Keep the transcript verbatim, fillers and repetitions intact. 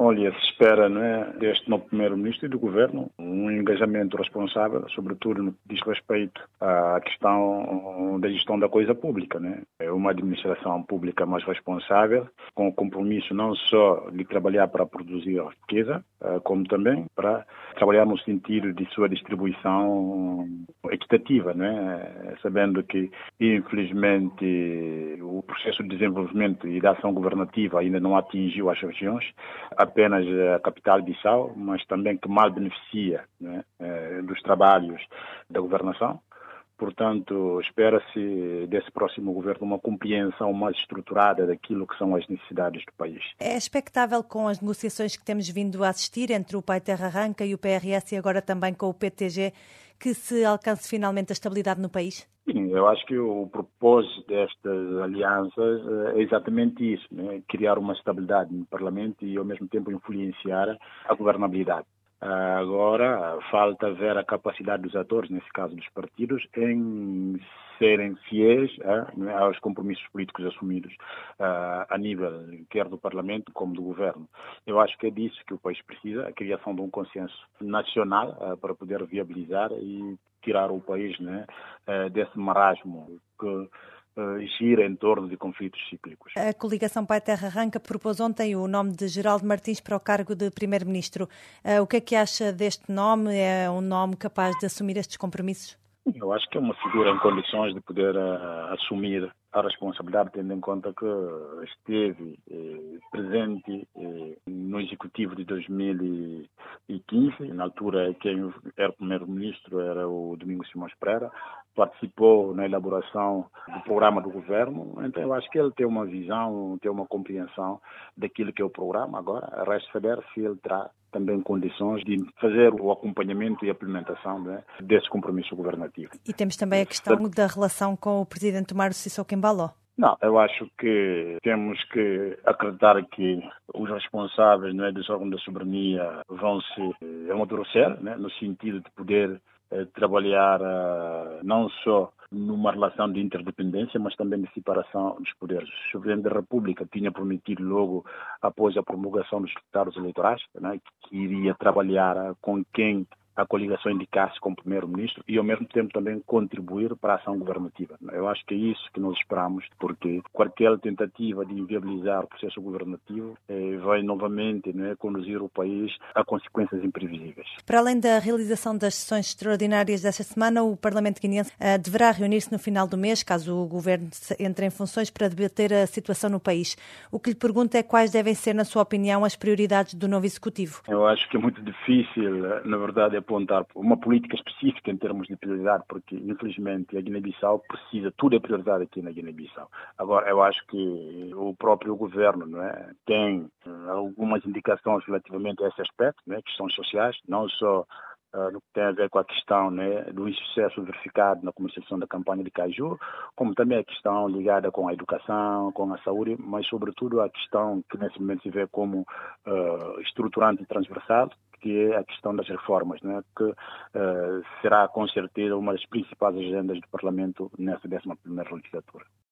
Olha, se espera, não é, deste novo primeiro-ministro e do governo um engajamento responsável, sobretudo no que diz respeito à questão da gestão da coisa pública, né? É uma administração pública mais responsável, com o compromisso não só de trabalhar para produzir riqueza, como também para trabalhar no sentido de sua distribuição equitativa, né? Sabendo que, infelizmente, o processo de desenvolvimento e da ação governativa ainda não atingiu as regiões, apenas a capital Bissau, mas também que mal beneficia, né, dos trabalhos da governação. Portanto, espera-se desse próximo governo uma compreensão mais estruturada daquilo que são as necessidades do país. É expectável, com as negociações que temos vindo a assistir entre o Pai Terra Arranca e o P R S e agora também com o P T G, que se alcance finalmente a estabilidade no país? Sim, eu acho que o propósito destas alianças é exatamente isso, né? Criar uma estabilidade no Parlamento e, ao mesmo tempo, influenciar a governabilidade. Agora, falta ver a capacidade dos atores, nesse caso dos partidos, em serem fiéis eh, aos compromissos políticos assumidos uh, a nível quer do Parlamento como do Governo. Eu acho que é disso que o país precisa, a criação de um consenso nacional uh, para poder viabilizar e tirar o país, né, uh, desse marasmo que gira em torno de conflitos cíclicos. A coligação Pai Terra Arranca propôs ontem o nome de Geraldo Martins para o cargo de Primeiro-Ministro. O que é que acha deste nome? É um nome capaz de assumir estes compromissos? Eu acho que é uma figura em condições de poder uh, assumir a responsabilidade, tendo em conta que esteve eh, presente eh, no Executivo de dois mil e quinze, na altura quem era o primeiro-ministro era o Domingos Simões Pereira, participou na elaboração do programa do governo, então eu acho que ele tem uma visão, tem uma compreensão daquilo que é o programa. Agora, resta saber se ele terá também condições de fazer o acompanhamento e a implementação, né, desse compromisso governativo. E temos também a questão da relação com o presidente Mário Sissoko Embaló. Não, eu acho que temos que acreditar que os responsáveis, né, dos órgãos da soberania vão se amadurecer, né, no sentido de poder eh, trabalhar uh, não só numa relação de interdependência, mas também de separação dos poderes. O Presidente da República tinha prometido logo após a promulgação dos resultados eleitorais, né, que iria trabalhar com quem a coligação indicasse como primeiro-ministro e, ao mesmo tempo, também contribuir para a ação governativa. Eu acho que é isso que nós esperamos, porque qualquer tentativa de inviabilizar o processo governativo eh, vai novamente, né, conduzir o país a consequências imprevisíveis. Para além da realização das sessões extraordinárias desta semana, o Parlamento guineense eh, deverá reunir-se no final do mês, caso o governo entre em funções, para debater a situação no país. O que lhe pergunto é quais devem ser, na sua opinião, as prioridades do novo Executivo. Eu acho que é muito difícil, na verdade, apontar uma política específica em termos de prioridade, porque, infelizmente, a Guiné-Bissau precisa, tudo é prioridade aqui na Guiné-Bissau. Agora, eu acho que o próprio governo, não é, tem algumas indicações relativamente a esse aspecto, né, questões sociais, não só Uh, no que tem a ver com a questão, né, do insucesso verificado na comercialização da campanha de caju, como também a questão ligada com a educação, com a saúde, mas sobretudo a questão que nesse momento se vê como uh, estruturante e transversal, que é a questão das reformas, né, que uh, será com certeza uma das principais agendas do Parlamento nessa décima primeira legislatura.